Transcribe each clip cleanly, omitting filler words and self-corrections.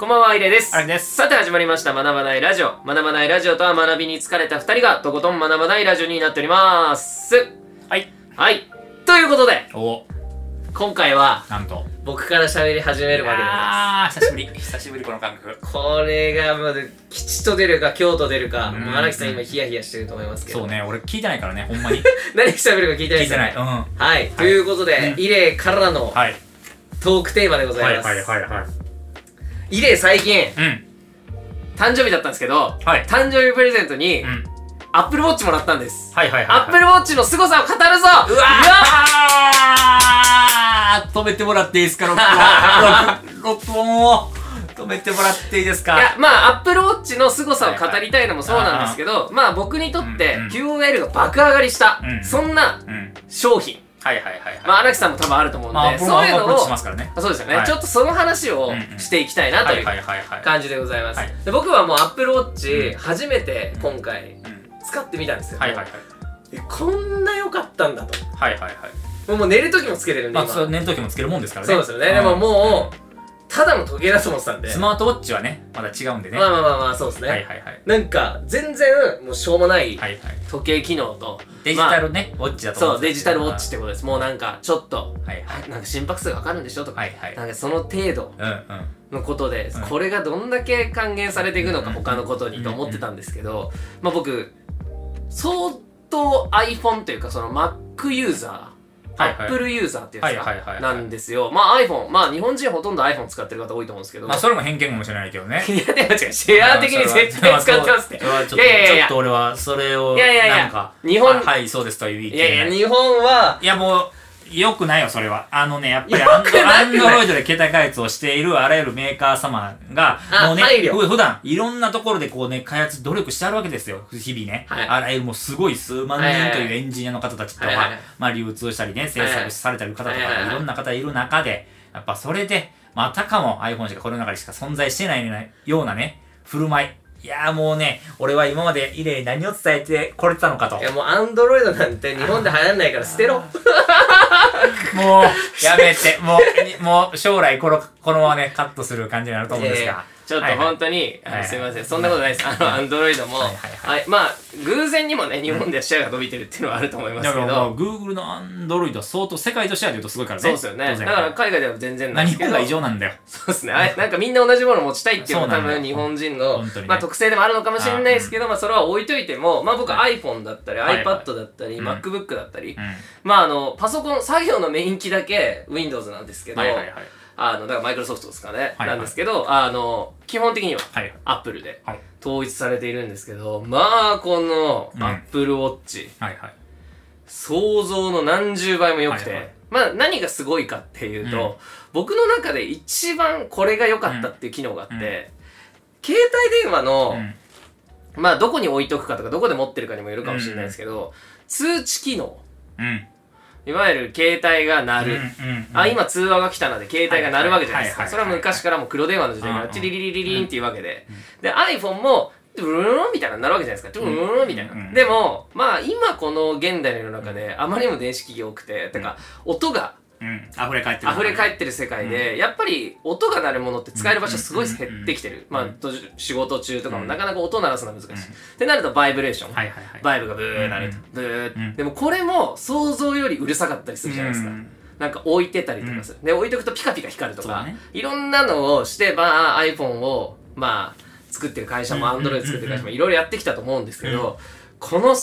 こんばんは、イレです。 あれです。 さて始まりました、学ばないラジオ。学ばないラジオとは学びに疲れた二人がとことん学ばないラジオになっております。 はい。 はい。ということで、 お今回は、 なんと。 僕から喋り始めるわけでございます。久しぶり。久しぶり、この感覚。 これが、まず、吉と出るか、京と出るか、もう荒木さん今ヒヤヒヤしてると思いますけど。 そうね、俺聞いてないからね、ほんまに。 何喋るか聞いてないですよね。聞いてない。 はい。ということで、イレからの、トークテーマでございます。イレ最近、誕生日だったんですけど、誕生日プレゼントに、アップルウォッチもらったんです。アップルウォッチの凄さを語るぞ。 うわー、止めてもらっていいですか、録音を止めてもらっていいですか。 いや、まあアップルウォッチの凄さを語りたいのもそうなんですけど、まあ僕にとって QOL が爆上がりした、そんな商品。まあ荒木さんも多分あると思うんで、そういうのを、そうですよね、ちょっとその話をしていきたいなという感じでございます。で、僕はもうアップルウォッチ初めて今回使ってみたんですよ。こんな良かったんだと。もう寝る時もつけれるんで、 今寝る時もつけるもんですからね。 そうですよね。でももうただの時計だと思ってたんで。 スマートウォッチはね、まだ違うんでね。 まあそうですね。なんか全然もうしょうもない時計機能とデジタルね、ウォッチだと思う。 そう、デジタルウォッチってことです。もうなんかちょっとなんか心拍数がわかるんでしょとか、なんかその程度のことで、これがどんだけ還元されていくのか他のことにと思ってたんですけど、まあ僕相当 iPhone というかその Mac ユーザー、Apple ユーザーってやつかなんですよ。まあ iPhone、まあ日本人ほとんど iPhone 使ってる方多いと思うんですけど、まあそれも偏見かもしれないけどね。 いやでも違う、シェア的に絶対使ってますって。 いやちょっと俺はそれをなんか日本はいそうですとは言い切れない。 日本はいやもうよくないよ、それは。やっぱりアンドロイドで携帯開発をしているあらゆるメーカー様が、もうね、普段いろんなところでこうね、開発努力してあるわけですよ。日々ね。あらゆるもうすごい数万人というエンジニアの方たちとか、まあ流通したりね、制作されてる方とか、いろんな方いる中で、やっぱそれで、またかも iPhone しかこの中でしか存在してないようなね、振る舞い。いやーもうね、俺は今までイレに何を伝えてこれてたのかと。 いやもうアンドロイドなんて日本で流行んないから捨てろ。 もうやめて、もう将来このままねカットする感じになると思うんですが、 ちょっと本当にすいません、そんなことないです。アンドロイドもまあ偶然にもね日本ではシェアが伸びてるっていうのはあると思いますけど、 Google のアンドロイドは相当世界としては言うとすごいからね。 そうですよね。だから海外では全然ないですけど、 日本が異常なんだよ。 そうですね。なんかみんな同じもの持ちたいっていうのが多分日本人のまあ特性でもあるのかもしれないですけど、まあそれは置いといても、まあ僕 iPhone だったり iPad だったり MacBook だったり、まあパソコン作業のメイン機だけ Windows なんですけど、だからマイクロソフトですかね、なんですけど、基本的には Apple で統一されているんですけど、まあこの Apple Watch、想像の何十倍も良くて、まあ何がすごいかっていうと、僕の中で一番これが良かったっていう機能があって、携帯電話のまあどこに置いとくかとかどこで持ってるかにもよるかもしれないですけど、通知機能、いわゆる携帯が鳴る、今通話が来たので携帯が鳴るわけじゃないですか。それは昔からもう黒電話の時代からチリリリリリンっていうわけで、で iPhone もブルーンみたいなのなるわけじゃないですか。ブルーンみたいな。でもまあ今この現代の世の中であまりにも電子機器多くて、てか音が溢れ返ってる世界で、やっぱり音が鳴るものって使える場所すごい減ってきてる。まあ仕事中とかもなかなか音鳴らすのは難しい。ってなるとバイブレーション、バイブがブー鳴ると、ブー。でもこれも想像よりうるさかったりするじゃないですか。なんか置いてたりとかする。で置いとくとピカピカ光るとか、いろんなのをしてまあ iPhone をまあ作ってる会社も Android 作ってる会社もいろいろやってきたと思うんですけど、この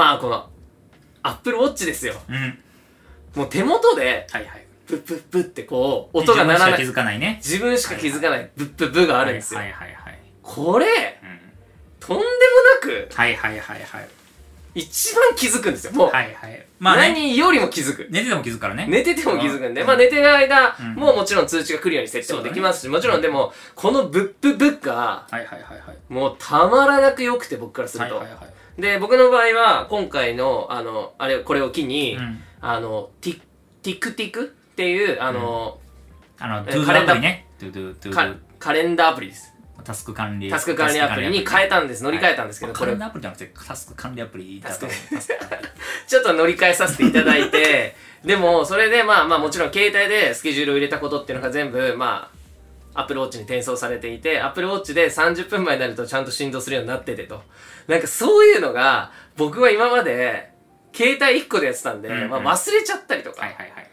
Apple Watch ですよ。もう手元でブッブッブッってこう音が鳴らない、自分しか気づかないブッブッブがあるんですよ。これとんでもなく一番気づくんですよ。もう何よりも気づく。 寝てても気づくからね。 寝てても気づくんで、まあ寝てる間ももちろん通知が来るように設定もできますし、もちろんでもこのブッブブッがもうたまらなく良くて、僕からすると。で僕の場合は今回のこれを機にTikTokっていうカレンダーアプリです。タスク管理アプリに変えたんです。乗り換えたんですけど、 カレンダーアプリじゃなくてタスク管理アプリだとちょっと乗り換えさせていただいて、でもそれでまあもちろん携帯でスケジュールを入れたことっていうのが全部まあアップルウォッチに転送されていて、アップルウォッチで30分前になるとちゃんと振動するようになっててと。なんかそういうのが、僕は今まで、携帯1個でやってたんで、まあ忘れちゃったりとか、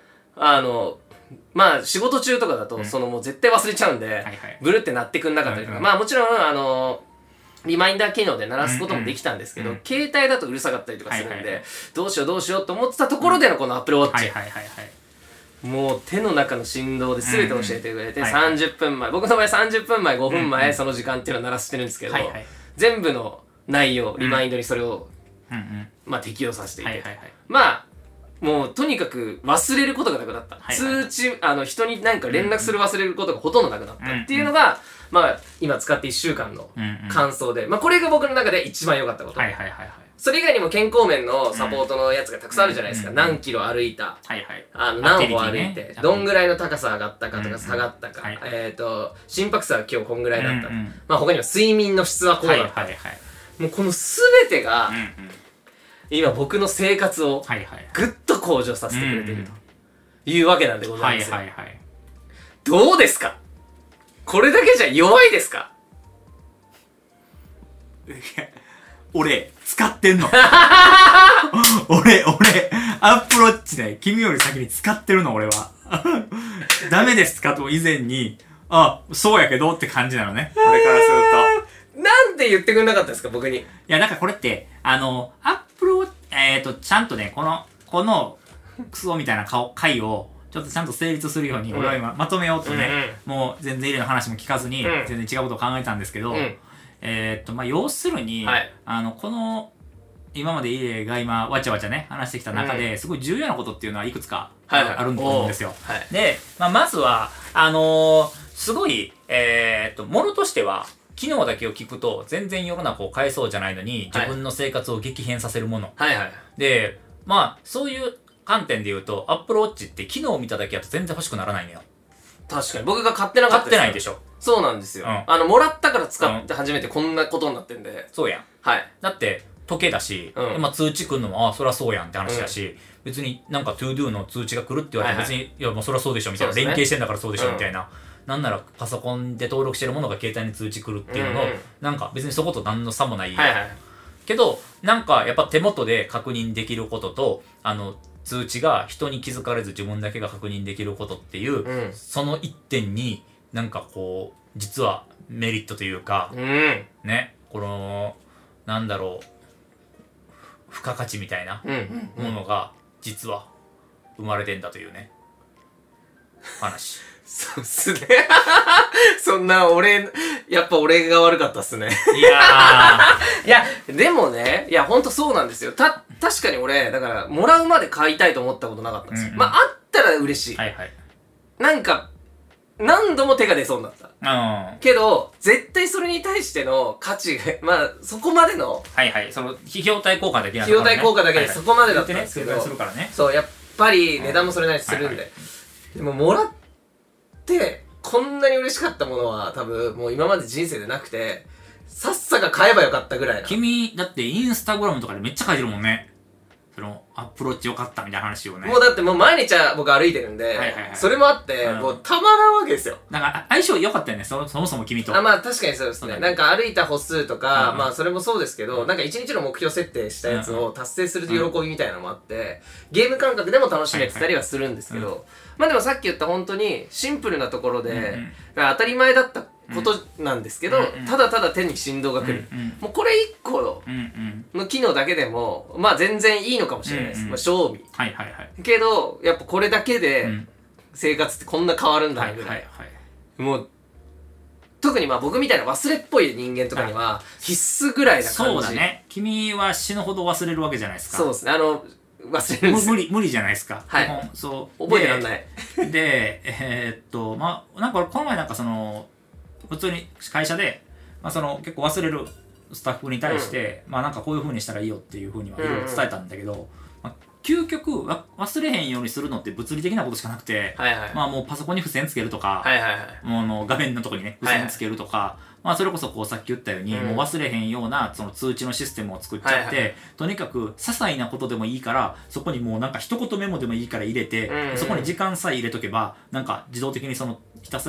まあ仕事中とかだと、もう絶対忘れちゃうんで、ブルって鳴ってくんなかったりとか、まあもちろん、リマインダー機能で鳴らすこともできたんですけど、携帯だとうるさかったりとかするんで、どうしようと思ってたところでのこのアップルウォッチ。もう手の中の振動で全て教えてくれて、30分前、僕の場合30分前、5分前、その時間っていうのを鳴らしてるんですけど、全部の内容、リマインドにそれを、まあ適用させていて。まあ、もうとにかく忘れることがなくなった。通知、人に何か連絡する忘れることがほとんどなくなったっていうのが、まあ、今使って1週間の感想で、まあこれが僕の中で一番良かったこと。それ以外にも健康面のサポートのやつがたくさんあるじゃないですか。何キロ歩いた。何歩歩いて。どんぐらいの高さ上がったかとか下がったか。心拍数は今日こんぐらいだった。まあ他にも睡眠の質はこうだった。もうこの全てが、今僕の生活をぐっと向上させてくれているというわけなんでございますよ。どうですか？これだけじゃ弱いですか？ 俺、使ってんの。俺、アップルウォッチで君より先に使ってるの、俺は。ダメですかと以前に、あ、そうやけどって感じなのね。俺からすると。なんで言ってくれなかったですか、僕に。 いや、なんかこれって、アップルウォッチ、ちゃんとね、この、クソみたいな回を、ちょっとちゃんと成立するように、俺は今まとめようとね、もう全然入れの話も聞かずに、全然違うことを考えたんですけど、まあ、要するに、この、今までイレが今、わちゃわちゃね、話してきた中で、すごい重要なことっていうのはいくつかあると思うんですよ。で、まあ、まずは、すごい、ものとしては、機能だけを聞くと、全然世の中を変えそうじゃないのに、自分の生活を激変させるもの。で、まあ、そういう観点で言うと、Apple Watch って機能を見ただけだと全然欲しくならないのよ。 確かに。僕が買ってなかったです。 買ってないでしょ。 そうなんですよ。もらったから使って初めてこんなことになってんで。 そうやん。だって、時計だし、まあ通知来るのも、あ、そりゃそうやんって話だし、別になんか ToDo の通知が来るって言われて別に、いや、もうそりゃそうでしょみたいな。連携してんだからそうでしょみたいな。なんならパソコンで登録してるものが携帯に通知来るっていうのの、なんか別にそこと何の差もない。けど、なんかやっぱ手元で確認できることと、通知が人に気づかれず自分だけが確認できることっていう、その一点になんかこう実はメリットというか、ね、このなんだろう付加価値みたいなものが実は生まれてんだというね話。 そうっすね。そんなやっぱ俺が悪かったっすね。 いやいや、でもね、いや、ほんとそうなんですよ。確かに俺、だから、もらうまで買いたいと思ったことなかったんですよ。まあ、あったら嬉しい。なんか、何度も手が出そうになった。けど、絶対それに対しての価値が、まあ、そこまでの。 その、費用対効果だけ費用対効果だけでそこまでだったんですけど。そう、やっぱり値段もそれなりにするんで。でも、もらって、こんなに嬉しかったものは多分もう今まで人生でなくて、さっさか買えばよかったぐらいな。 君、だってインスタグラムとかでめっちゃ書いてるもんね。その、アップローチ良かったみたいな話をね。 もうだってもう毎日僕歩いてるんで、それもあって、もうたまらんわけですよ。 なんか相性良かったよね、そもそも君と。 まあ確かにそうですね。なんか歩いた歩数とか、まあそれもそうですけど、なんか一日の目標設定したやつを達成する喜びみたいなのもあって、ゲーム感覚でも楽しめてたりはするんですけど、まあでもさっき言った本当にシンプルなところで、当たり前だったことなんですけど、ただただ手に振動が来る。もうこれ1個の機能だけでも、まあ全然いいのかもしれないです。まあ賞味。けど、やっぱこれだけで生活ってこんな変わるんだぐらい。もう、特にまあ僕みたいな忘れっぽい人間とかには必須ぐらいな感じ。 そうだね。君は死ぬほど忘れるわけじゃないですか。 そうですね。忘れるんです無理じゃないですか。 そう。覚えてらんない。 で、まあ、なんかこの前なんかその、普通に会社で、まあその結構忘れるスタッフに対して、まあなんかこういう風にしたらいいよっていう風にはいろいろ伝えたんだけど、究極忘れへんようにするのって物理的なことしかなくて、まあもうパソコンに付箋つけるとか、もう画面のとこにね、付箋つけるとか、まあそれこそこうさっき言ったように、もう忘れへんようなその通知のシステムを作っちゃって、とにかく些細なことでもいいから、そこにもうなんか一言メモでもいいから入れて、そこに時間さえ入れとけば、なんか自動的にそのひたすら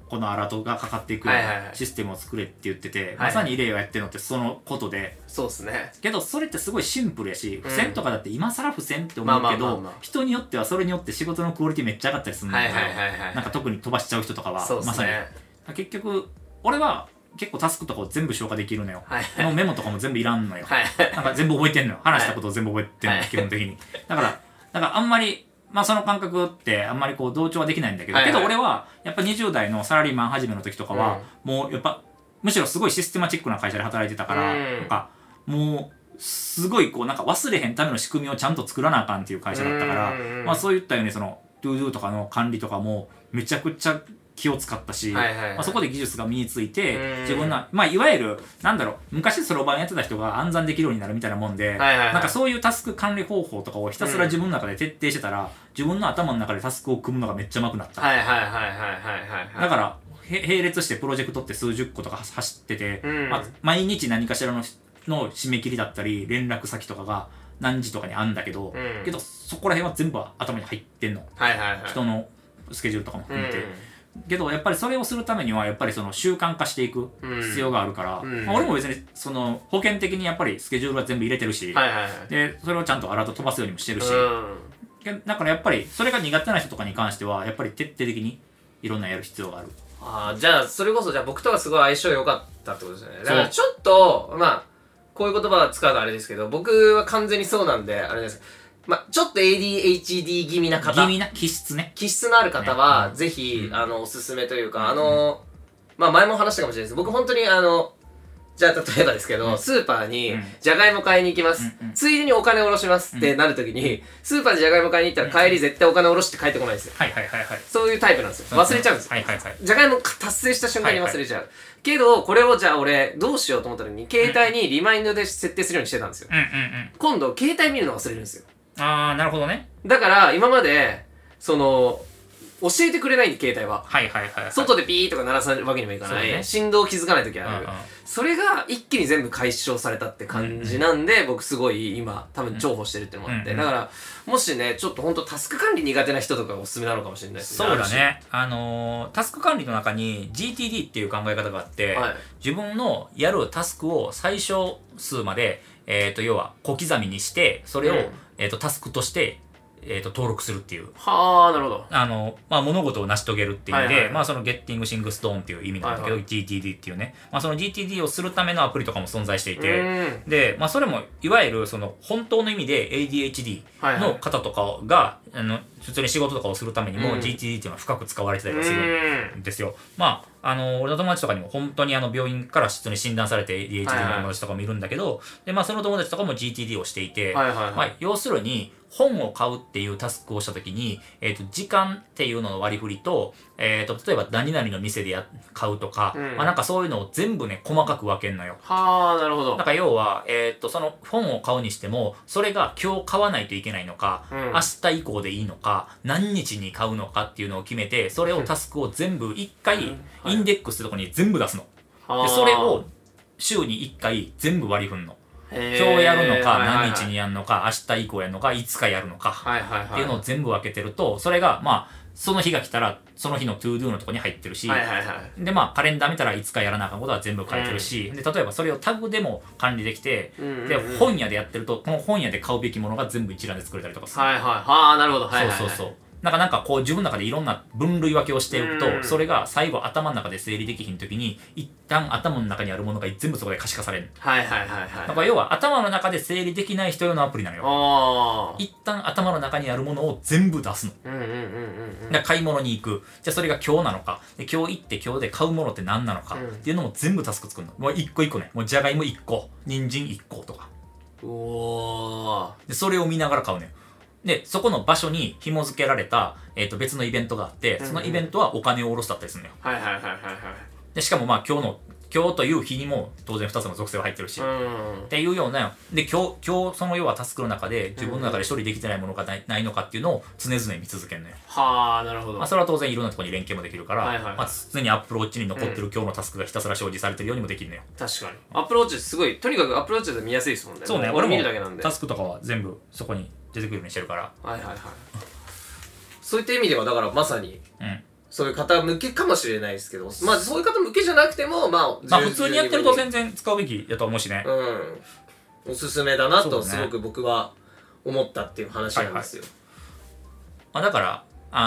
このアラートがかかっていくようなシステムを作れって言ってて、まさにイレイがやってるのってそのことで。 そうですね。 けどそれってすごいシンプルやし、付箋とかだって今更付箋って思うけど、人によってはそれによって仕事のクオリティめっちゃ上がったりするんだけど、なんか特に飛ばしちゃう人とかはまさに結局俺は結構タスクとかを全部消化できるのよ。もうメモとかも全部いらんのよ。なんか全部覚えてんのよ。話したことを全部覚えてんのよ、基本的に。だからあんまりまあその感覚ってあんまりこう同調はできないんだけど、けど俺はやっぱ20代のサラリーマン始めの時とかは、もうやっぱむしろすごいシステマチックな会社で働いてたから、なんかもうすごいこうなんか忘れへんための仕組みをちゃんと作らなあかんっていう会社だったから、まあそういったようにそのトゥードゥとかの管理とかもめちゃくちゃ気を使ったし、そこで技術が身について、自分の、まあいわゆる、なんだろう、昔そろばんやってた人が暗算できるようになるみたいなもんで、なんかそういうタスク管理方法とかをひたすら自分の中で徹底してたら、自分の頭の中でタスクを組むのがめっちゃ上手くなった。だから、並列してプロジェクトって数十個とか走ってて、毎日何かしらの締め切りだったり、連絡先とかが何時とかにあんだけど、けどそこら辺は全部頭に入ってんの。人のスケジュールとかも含めて。けどやっぱりそれをするためにはやっぱりその習慣化していく必要があるから、まあ、俺も別にその保険的にやっぱりスケジュールは全部入れてるし、でそれをちゃんとアラート飛ばすようにもしてるし、だからやっぱりそれが苦手な人とかに関してはやっぱり徹底的にいろんなやる必要がある。 じゃあそれこそじゃあ僕とはすごい相性良かったってことですよね。だからちょっとまあこういう言葉を使うとあれですけど、僕は完全にそうなんであれです。まあ、ちょっと ADHD 気味な方。 気質ね。 気質のある方は、ぜひ、おすすめというか、まあ、前も話したかもしれないです。僕本当にじゃあ例えばですけど、スーパーに、じゃがいも買いに行きます。ついでにお金を下ろしますってなるときに、スーパーでじゃがいも買いに行ったら帰り絶対お金を下ろして帰ってこないんですよ。そういうタイプなんですよ。忘れちゃうんですよ。じゃがいも達成した瞬間に忘れちゃう。けど、これをじゃあ俺、どうしようと思った時に、携帯にリマインドで設定するようにしてたんですよ。今度、携帯見るの忘れるんですよ。 あー、なるほどね。 だから、今まで、その、教えてくれないんで、携帯は。外でピーとか鳴らすわけにもいかない。振動を気づかないときある。それが一気に全部解消されたって感じなんで、僕すごい今、多分重宝してるってのもあって。だから、もしね、ちょっとほんとタスク管理苦手な人とかがおすすめなのかもしれないですね。そうだね。タスク管理の中に GTD っていう考え方があって、自分のやるタスクを最小数まで、要は小刻みにして、それを、タスクとして、登録するっていう。 はあ、なるほど。 まあ、物事を成し遂げるっていう意味で、まあ、そのゲッティングシングストーンっていう意味なんだけど、GTD っていうね。まあ、その GTD をするためのアプリとかも存在していて、で、まあ、それも、いわゆる、その、本当の意味で ADHD の方とかが、普通に仕事とかをするためにも GTD っていうのは深く使われてたりするんですよ。まあ、俺の友達とかにも本当に病院から普通に診断されて ADHD の友達とかもいるんだけど、で、まあ、その友達とかも GTD をしていて、まあ、要するに、本を買うっていうタスクをしたときに、時間っていうのの割り振りと、例えば何々の店で買うとか、まあなんかそういうのを全部ね、細かく分けんのよ。 はあ、なるほど。 だから要は、その本を買うにしても、それが今日買わないといけないのか、明日以降でいいのか、何日に買うのかっていうのを決めて、それをタスクを全部一回、インデックスってとこに全部出すの。で、それを週に一回全部割り振んの。今日やるのか、何日にやるのか、明日以降やるのか、いつかやるのか、っていうのを全部分けてると、それが、まあ、その日が来たら、その日のトゥードゥのとこに入ってるし、で、まあ、カレンダー見たらいつかやらなあかんことは全部書いてるし、で、例えばそれをタグでも管理できて、で、本屋でやってると、この本屋で買うべきものが全部一覧で作れたりとかする。 はあ、なるほど。 そう。なんかこう自分の中でいろんな分類分けをしておくと、それが最後頭の中で整理できひんときに、一旦頭の中にあるものが全部そこで可視化される。だから要は頭の中で整理できない人用のアプリなのよ。一旦頭の中にあるものを全部出すの。買い物に行く。じゃあそれが今日なのか。で今日行って今日で買うものって何なのか。っていうのも全部タスク作るの。もう一個一個ね。もうじゃがいも1個、人参1個とか。でそれを見ながら買うねん。で、そこの場所に紐付けられた、別のイベントがあって、そのイベントはお金を下ろすだったりするのよ。で、しかもまあ今日という日にも当然2つの属性が入ってるし、っていうような、で、今日その要はタスクの中で自分の中で処理できてないものがないのかっていうのを常々見続けるのよ。 はあ、なるほど。 まあそれは当然いろんなところに連携もできるから、まあ常にアップルウォッチに残ってる今日のタスクがひたすら表示されてるようにもできるのよ。 確かに。アップルウォッチすごい、とにかくアップルウォッチで見やすいですもんね。 そうね、俺もタスクとかは全部そこに出てくるようにしてるから。 そういった意味ではだからまさに、 そういう方向けかもしれないですけど、まあそういう方向けじゃなくても、まあ普通にやってると全然使うべきだと思うしね。 おすすめだなとすごく僕は思ったっていう話なんですよ。 だから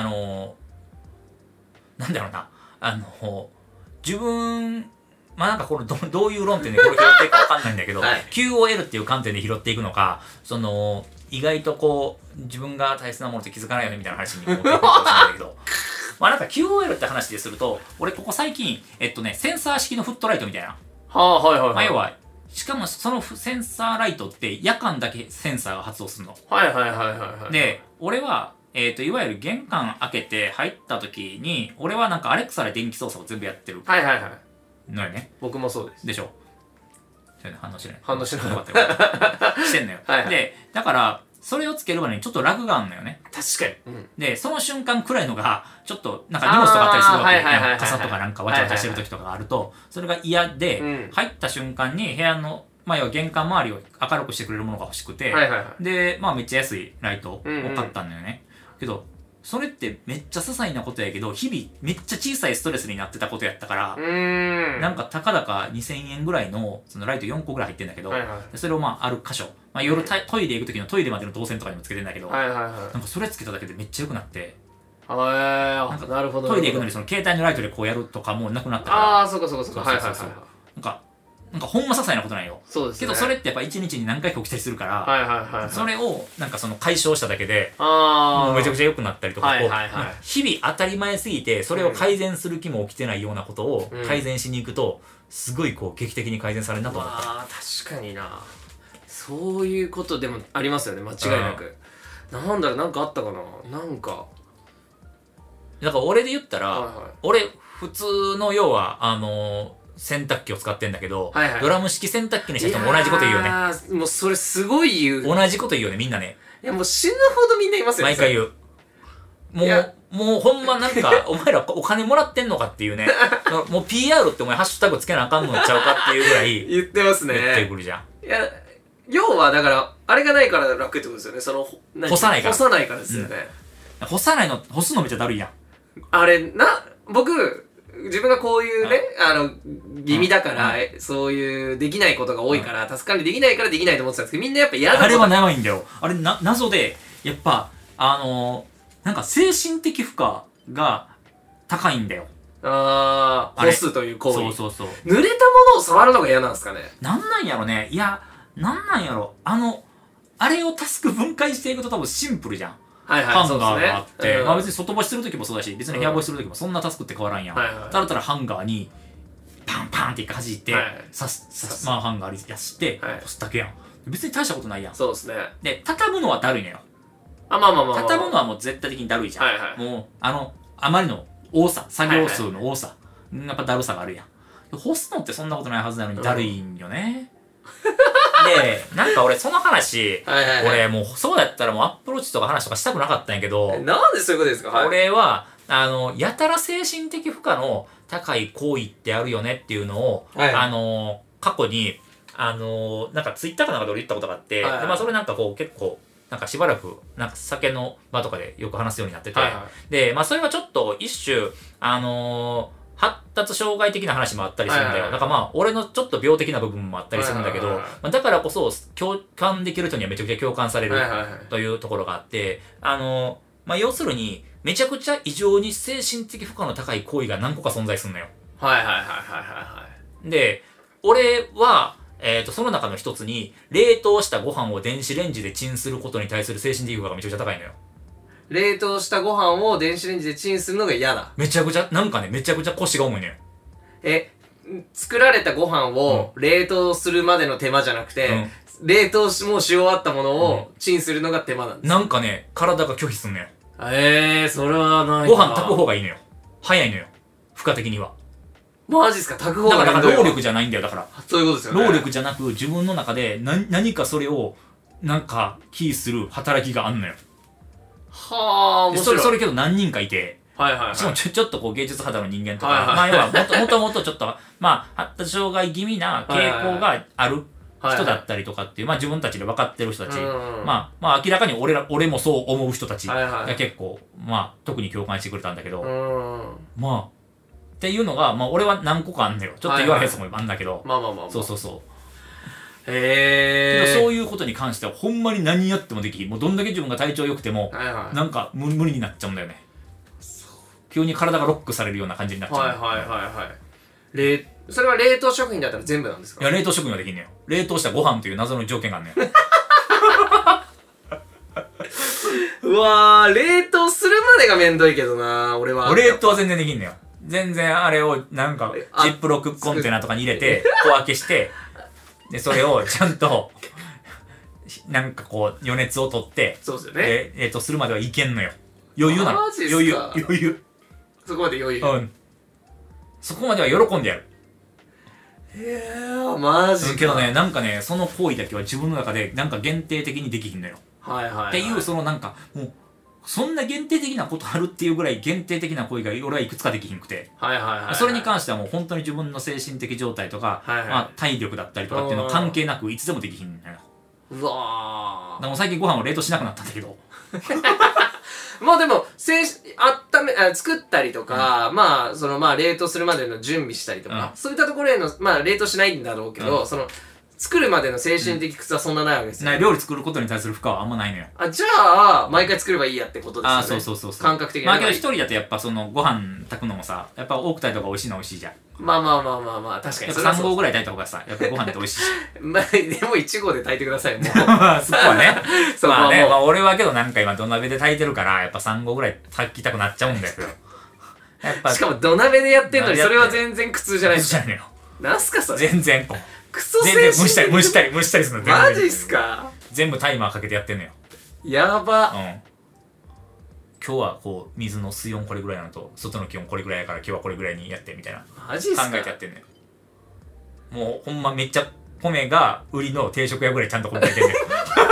なんだろうな、自分なんかこれどういう論点でこれ拾っていくかわかんないんだけど、QOL っていう観点で拾っていくのか、意外とこう自分が大切なものって気づかないよねみたいな話に持っていくかもしれないんだけどなんか QOL って話ですると、俺ここ最近センサー式のフットライトみたいな、要はしかもそのセンサーライトって夜間だけセンサーが発動するの。で俺はいわゆる玄関開けて入った時に、俺はなんかアレクサで電気操作を全部やってるのよね。 僕もそうでしょ。反応しない。 反応しない。 よかったよかった。してんのよ。で、だから、それをつけるまでにちょっとラグがあるのよね。 確かに。 で、その瞬間暗いのが、ちょっとなんか荷物とかあったりするわけ。傘とかなんかわちゃわちゃしてる時とかがあると、それが嫌で、入った瞬間に部屋の、要は玄関周りを明るくしてくれるものが欲しくて、で、めっちゃ安いライトを買ったんだよね。けど、それってめっちゃ些細なことやけど、日々めっちゃ小さいストレスになってたことやったから、なんかたかだか2000円ぐらいのそのライト4個ぐらい入ってんだけど、それをある箇所、夜トイレ行く時のトイレまでの動線とかにもつけてんだけど、なんかそれつけただけでめっちゃ良くなって、なんかトイレ行くのにその携帯のライトでこうやるとかもなくなったから、 そうか。 なんかほんま些細なことないよ。けどそれってやっぱ1日に何回か起きたりするから、それをなんかその解消しただけで、もうめちゃくちゃ良くなったりとか、日々当たり前すぎて、それを改善する気も起きてないようなことを改善しに行くと、すごいこう劇的に改善されるなと思った。 確かにな。そういうことでもありますよね、間違いなく。なんだろう、なんかあったかな。なんか俺で言ったら、俺普通の要は洗濯機を使ってんだけど、ドラム式洗濯機にした人も同じこと言うよね。 もうそれすごい言う。 同じこと言うよね、みんなね。 いやもう死ぬほどみんな言いますよね。 毎回言う。もうほんまなんか、お前らお金もらってんのかっていうね。もう PR ってお前ハッシュタグつけなあかんのちゃうかっていうぐらい。 言ってますね。 言ってくるじゃん。 いや、要はだから、あれがないから楽ってことですよね。 干さないから。 干さないからですよね。 干すのめっちゃだるいやん。 あれ、僕、自分がこういうね、気味だから、そういうできないことが多いから、助かりできないからできないと思ってたんですけど、みんなやっぱ嫌だ。 あれは長いんだよ。あれ謎で、やっぱ、なんか精神的負荷が高いんだよ。 干すという行為。 そう。 濡れたものを触るのが嫌なんですかね。 なんやろね。いや、なんやろ。あれをタスク分解していくと多分シンプルじゃん。ハンガーがあって、別に外干しするときもそうだし、別に部屋干しするときもそんなタスクって変わらんやん。ただハンガーに、パンパンって一回弾いて、ハンガーにやして干すだけやん。別に大したことないやん。 そうですね。 で、畳むのはだるいのよ。畳むのはもう絶対的にだるいじゃん。もう、あまりの多さ、作業数の多さ、やっぱだるさがあるやん。干すのってそんなことないはずなのにだるいんよね。で、なんか俺その話、俺もうそうやったらもうアプローチとか話とかしたくなかったんやけど、 なんでそういうことですか。 俺は、やたら精神的負荷の高い行為ってあるよねっていうのを、過去に、なんかツイッターかなんかで俺言ったことがあって、それなんかこう結構、なんかしばらく、なんか酒の場とかでよく話すようになってて、で、それはちょっと一種、発達障害的な話もあったりするんだよ。だから俺のちょっと病的な部分もあったりするんだけど、だからこそ共感できる人にはめちゃくちゃ共感されるというところがあって、要するに、めちゃくちゃ異常に精神的負荷の高い行為が何個か存在するのよ。で、俺は、その中の一つに、冷凍したご飯を電子レンジでチンすることに対する精神的負荷がめちゃくちゃ高いのよ。 冷凍したご飯を電子レンジでチンするのが嫌だ。 めちゃくちゃ、なんかね、めちゃくちゃ腰が重いのよ。 作られたご飯を冷凍するまでの手間じゃなくて、冷凍もうし終わったものをチンするのが手間なんです。 なんかね、体が拒否すんのよ。 それはない。 ご飯炊く方がいいのよ。早いのよ。負荷的には。 マジっすか。炊く方がいいのよ。 だから労力じゃないんだよ、だから。 そういうことですよね。 労力じゃなく、自分の中で何かそれを、なんか、キーする働きがあんのよ。面白い。それけど何人かいて、しかもちょっとこう芸術肌の人間とか、要はもともとちょっと、発達障害気味な傾向がある人だったりとかっていう、まあ自分たちで分かってる人たち、まあ明らかに俺もそう思う人たちが結構、まあ特に共感してくれたんだけど、まあ、っていうのが、まあ俺は何個かあんのよ。ちょっと言われへんやつもあんだけど、そうそうそう。へえ。そういうことに関してはほんまに何やってもできひん。もうどんだけ自分が体調良くても、なんか無理になっちゃうんだよね。急に体がロックされるような感じになっちゃう。 それは冷凍食品だったら全部なんですか？ いや、冷凍食品はできんねよ。冷凍したご飯という謎の条件があんねん。 うわー、冷凍するまでがめんどいけどな、俺は。 冷凍は全然できんねよ。全然あれをなんか、ジップロックコンテナとかに入れて、小分けして、で、それをちゃんと、なんかこう、余熱を取って、 そうですよね。 冷凍するまではいけんのよ。余裕なの。余裕。 そこまで余裕。 うん。そこまでは喜んでやる。 へえ、マジか。 けどね、なんかね、その行為だけは自分の中でなんか限定的にできひんのよ。っていう、そのなんか、もう、そんな限定的なことあるっていうぐらい限定的な行為が俺はいくつかできひんくて。それに関してはもう本当に自分の精神的状態とか、まあ体力だったりとかっていうの関係なくいつでもできひんのよ。 うわー。 でも最近ご飯を冷凍しなくなったんだけど。 まあでも、作ったりとか、まあ、冷凍するまでの準備したりとか、そういったところへの、まあ、冷凍しないんだろうけど、作るまでの精神的苦痛はそんなないわけですよ。 料理作ることに対する負荷はあんまないのよ。 じゃあ、毎回作ればいいやってことですよね。 そう。 感覚的に。 まあけど一人だとやっぱご飯炊くのもさ、やっぱ多く炊いた方が美味しいのは美味しいじゃん。 まあ、確かに。 3合ぐらい炊いた方がさ、やっぱご飯って美味しいし。 まあ、でも1合で炊いてください、もう。 そこはね。まあね、俺はけどなんか今土鍋で炊いてるから、やっぱ3合ぐらい炊きたくなっちゃうんだけど。 やっぱしかも土鍋でやってんのに、それは全然苦痛じゃないですか。なんすかそれ。 全然。 クソ精神的。 蒸したりするの。 マジっすか？ 全部タイマーかけてやってんのよ。 やば。 今日はこう水の水温これぐらいなのと外の気温これぐらいやから今日はこれぐらいにやってみたいな。 マジっすか？ 考えてやってんのよ。もうほんまめっちゃ米が売りの定食屋ぐらいちゃんと米炊いてんのよ。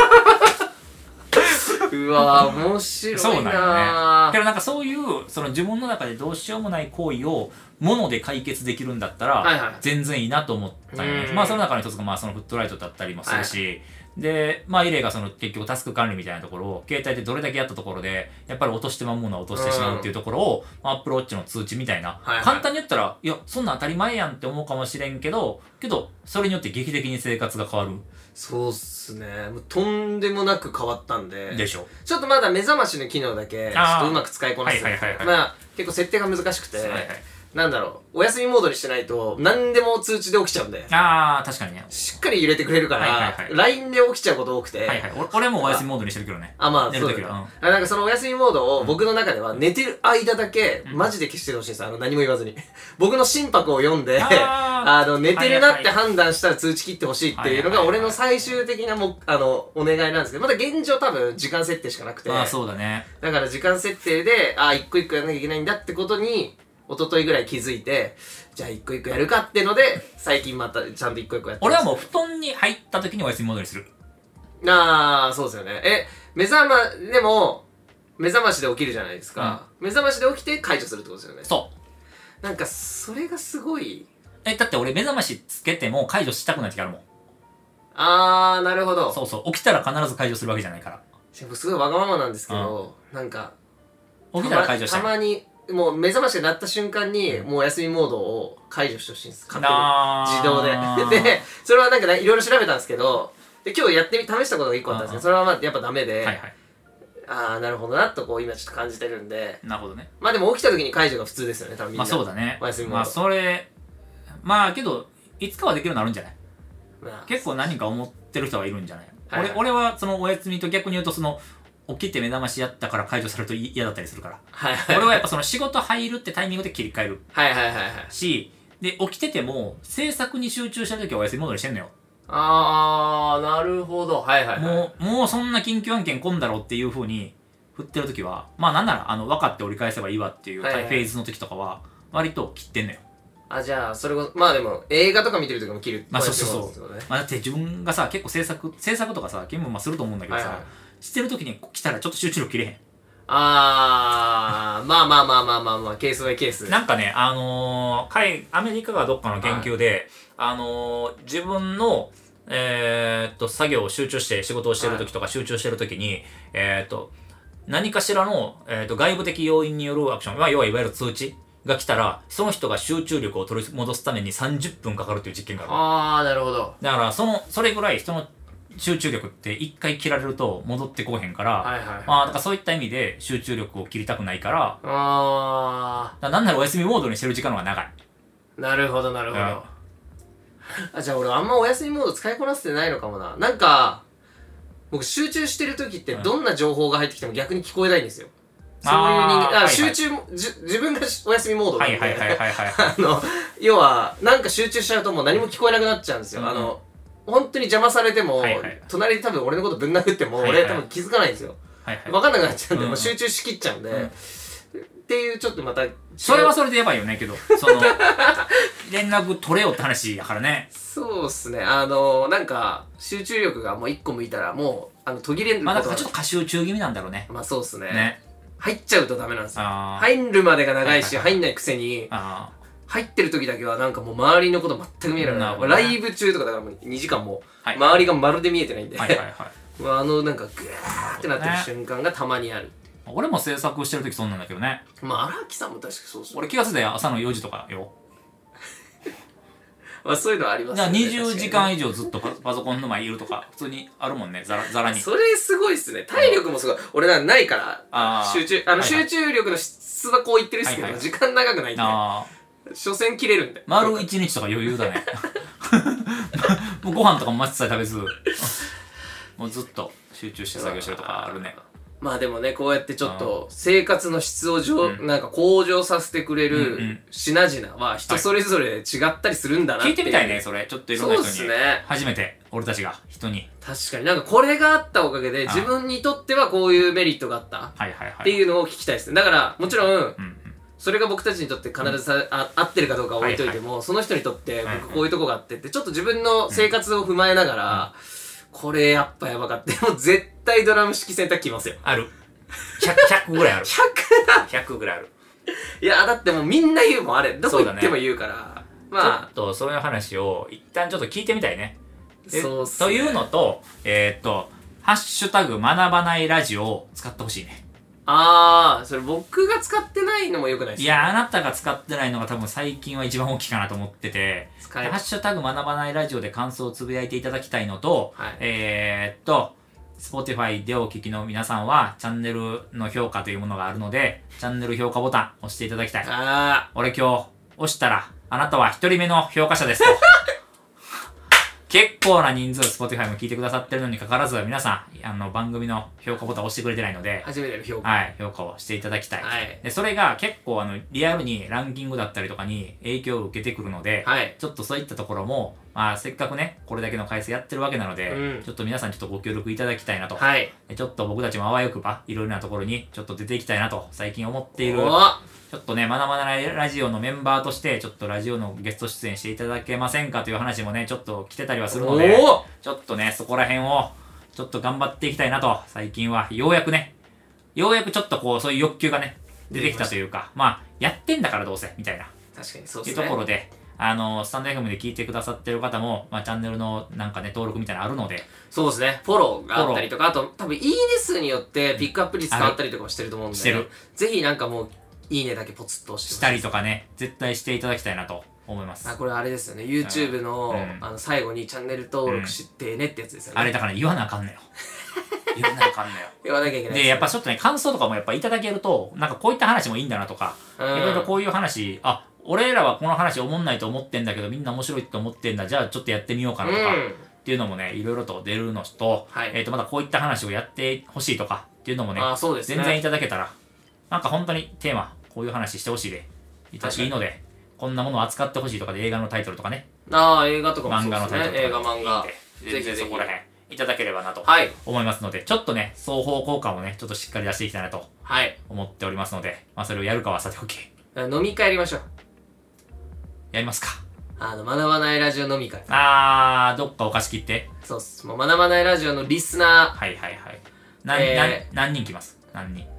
うわー、面白いなー。 そうなんよね。けどなんかそういう自分の中でどうしようもない行為を物で解決できるんだったら全然いいなと思ったよね。まあその中の一つがまあフットライトだったりもするし、でまあイレが結局タスク管理みたいなところを携帯でどれだけやったところでやっぱり落としてまうものは落としてしまうっていうところをアップルウォッチの通知みたいな、簡単に言ったらいやそんなん当たり前やんって思うかもしれんけどそれによって劇的に生活が変わる。 そうっすね。もうとんでもなく変わったんで。 でしょ。 ちょっとまだ目覚ましの機能だけちょっとうまく使いこなす。まあ結構設定が難しくて、なんだろう、お休みモードにしてないと何でも通知で起きちゃうんで。 確かにね。 しっかり揺れてくれるから、LINE で起きちゃうこと多くて。 俺もお休みモードにしてるけどね。 まあ、そうだけど。なんかそのお休みモードを僕の中では寝てる間だけ、マジで消してほしいんです。何も言わずに。僕の心拍を読んで、寝てるなって判断したら通知切ってほしいっていうのが俺の最終的なお願いなんですけど、まだ現状多分時間設定しかなくて。 そうだね。 だから時間設定で、一個一個やらなきゃいけないんだってことに、一昨日ぐらい気づいて、じゃあ一個一個やるかってので、最近またちゃんと一個一個やって俺はもう布団に入った時にお休みモードにする。 そうですよね。目覚ましで起きるじゃないですか。目覚ましで起きて解除するってことですよね。 そう。 なんか、それがすごい。 だって俺目覚ましつけても解除したくない時あるもん。 なるほど。 そう。起きたら必ず解除するわけじゃないから。 すごいわがままなんですけど、なんか、 起きたら解除したい。 たまに、もう目覚ましが鳴った瞬間に、もうお休みモードを解除してほしいんです。勝手に。自動で。で、それはなんかいろいろ調べたんですけど、で、今日試したことが1個あったんですけど、それはまあやっぱダメで、なるほどなと今ちょっと感じてるんで。 なるほどね。 まあでも起きた時に解除が普通ですよね、多分みんな。 そうだね。 お休みモード。けど、いつかはできるようになるんじゃない？結構何か思ってる人はいるんじゃない？俺はお休みと逆に言うと起きて目覚ましやったから解除されると嫌だったりするから。俺はやっぱ仕事入るってタイミングで切り替える。し、で、起きてても制作に集中した時はお休みモードにしてんのよ。 なるほど。 もうそんな緊急案件来んだろうっていう風に振ってる時は、まあなんなら分かって折り返せばいいわっていうフェーズの時とかは割と切ってんのよ。 じゃあ、それこそ、まあでも、映画とか見てる時も切る。 そう。だって自分がさ、結構制作とかさ、ゲームすると思うんだけどさ、してる時に来たらちょっと集中力切れへん。 まあ、ケースバイケース。 なんかね、アメリカがどっかの研究で、自分の、 作業を集中して仕事をしてる時とか集中してる時に、何かしらの、外部的要因によるアクション、要はいわゆる通知が来たら、その人が集中力を取り戻すために30分かかるという実験がある。 ああ、なるほど。 だからそれぐらいその集中力って一回切られると戻ってこうへんから、だからそういった意味で集中力を切りたくないから、なんならお休みモードにしてる時間の方が長い。 なるほど、なるほど。じゃあ俺あんまお休みモード使いこなせてないのかもな。なんか、僕集中してる時ってどんな情報が入ってきても逆に聞こえないんですよ。そういう人間、集中、自分がお休みモードなんで、要は、なんか集中しちゃうともう何も聞こえなくなっちゃうんですよ。本当に邪魔されても、隣で多分俺のことぶん殴っても、俺多分気づかないんですよ。わかんなくなっちゃうんで、もう集中しきっちゃうんで、っていうちょっとまた、 それはそれでやばいよね、けど、連絡取れよって話やからね。 そうっすね。なんか、集中力がもう一個向いたら、もう、途切れることまあ、だからちょっと過集中気味なんだろうね。 まあそうっすね。入っちゃうとダメなんですよ。入るまでが長いし、入んないくせに、入ってる時だけはなんかもう周りのこと全く見えない。ライブ中とかだからもう2時間も、周りがまるで見えてないんで、なんかグワーってなってる瞬間がたまにある。 俺も制作してる時そんなんだけどね。 まあ荒木さんも確かそうっすね。 俺気がついたよ、朝の4時とかよ。 まあそういうのありますね。20時間以上ずっとパソコンの前にいるとか、普通にあるもんね、ざらに。 それすごいっすね。体力もすごい。俺なんないから、集中力の質はこう言ってるっすけど、時間長くないんで。所詮切れるんで。 丸1日とか余裕だね。もうご飯とかもマジさえ食べず、もうずっと集中して作業してるとかあるね。 まあでもね、こうやってちょっと生活の質をなんか向上させてくれる品々は人それぞれ違ったりするんだなって。 聞いてみたいね、それ。ちょっといろんな人に。そうですね。初めて、俺たちが人に。 確かになんかこれがあったおかげで自分にとってはこういうメリットがあったっていうのを聞きたいですね。だからもちろん、それが僕たちにとって必ず合ってるかどうか置いといても、その人にとって僕こういうとこがあってって、ちょっと自分の生活を踏まえながら、これやっぱやばかった。もう絶対ドラム式洗濯機ますよ。 ある。100ぐらいある。100ぐらいある。 いや、だってもうみんな言うもん、あれ。どこ行っても言うから。 まあ。ちょっとそういう話を一旦ちょっと聞いてみたいね。 そうっすね。 というのと、ハッシュタグ学ばないラジオを使ってほしいね。 それ僕が使ってないのも良くないですか？ いや、あなたが使ってないのが多分最近は一番大きいかなと思ってて、ハッシュタグ学ばないラジオで感想をつぶやいていただきたいのと、Spotify でお聞きの皆さんは、チャンネルの評価というものがあるので、チャンネル評価ボタン押していただきたい。俺今日押したら、あなたは一人目の評価者ですと。結構な人数 Spotify も聞いてくださってるのにかかわらず、皆さん、番組の評価ボタン押してくれてないので、 初めての評価。 はい、評価をしていただきたい。で、それが結構リアルにランキングだったりとかに影響を受けてくるので、ちょっとそういったところも、まあ、せっかくね、これだけの回数やってるわけなので、ちょっと皆さんちょっとご協力いただきたいなと。ちょっと僕たちもあわよくば、いろいろなところにちょっと出ていきたいなと、最近思っている。ちょっとね、学ばないラジオのメンバーとして、ちょっとラジオのゲスト出演していただけませんかという話もね、ちょっと来てたりはするので、ちょっとね、そこら辺を、ちょっと頑張っていきたいなと、最近は、ようやくちょっとこう、そういう欲求がね、出てきたというか、まあ、やってんだからどうせ、みたいな。 確かにそうですね。 っていうところで、スタンド FM で聞いてくださってる方も、まあ、チャンネルのなんかね、登録みたいなのあるので。 そうですね。フォローがあったりとか、あと、多分、いいね数によってピックアップ率変わったりとかもしてると思うんで、してる。ぜひなんかもう、いいねだけポツッと押してしたりとかね、絶対していただきたいなと思います。 これあれですよね。YouTube の、最後にチャンネル登録してねってやつですよね。 あれだから言わなあかんのよ。言わなあかんのよ。 言わなきゃいけないで、やっぱちょっとね、感想とかもやっぱいただけると、なんかこういった話もいいんだなとか、いろいろこういう話、俺らはこの話おもんないと思ってんだけど、みんな面白いって思ってんだ、じゃあちょっとやってみようかなとか、っていうのもね、いろいろと出るのと、またこういった話をやってほしいとかっていうのもね、全然いただけたら、なんか本当にテーマ、こういう話してほしいで、いいので、こんなものを扱ってほしいとかで映画のタイトルとかね。 映画とかも漫画のタイトルとか。 映画、漫画。 ぜひそこら辺いただければなと思いますので、ちょっとね、双方効果をね、ちょっとしっかり出していきたいなと思っておりますので、まあそれをやるかはさておき。 飲み会やりましょう。 やりますか。 学ばないラジオ飲み会。 どっかお貸し切って。 そうっす。もう学ばないラジオのリスナー。 何人来ます？何人？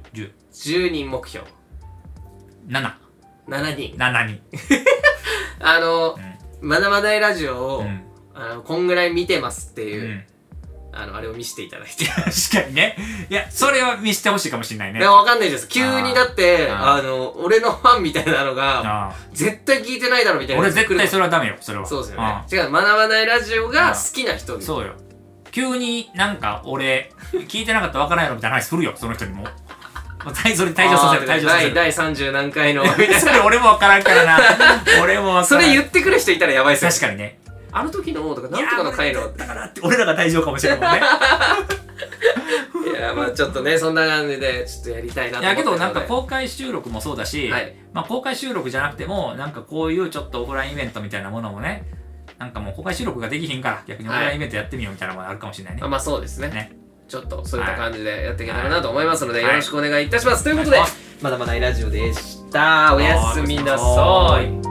10人目標。7人。 7人。 学ばないラジオを、 こんぐらい見てますっていう、あれを見せていただいて。 確かにね。いや、それは見せてほしいかもしれないね。 いや、わかんないです。急にだって、俺のファンみたいなのが、絶対聞いてないだろみたいな。 俺絶対それはダメよ、それは。 そうですよね。違う、学ばないラジオが好きな人に。 そうよ。急になんか俺、聞いてなかったらわからないのみたいな話するよ、その人にも。それ退場させる、退場させる。 第30何回の。みたいな。 それ俺もわからんからな。俺もわからん。 それ言ってくる人いたらやばいっすよ。 確かにね。 あの時のとか、なんとかの回の。 だからって、俺らが退場かもしれないもんね。 いや、まあちょっとね、そんな感じで、ちょっとやりたいなと思って。 いや、けどなんか公開収録もそうだし、まあ公開収録じゃなくても、なんかこういうちょっとオフラインイベントみたいなものもね、なんかもう公開収録ができひんから、逆にオフラインイベントやってみようみたいなものあるかもしれないね。 まあそうですね。ちょっとそういった感じでやっていけたらなと思いますので、よろしくお願いいたします。ということで、まだまだラジオでした。おやすみなさい。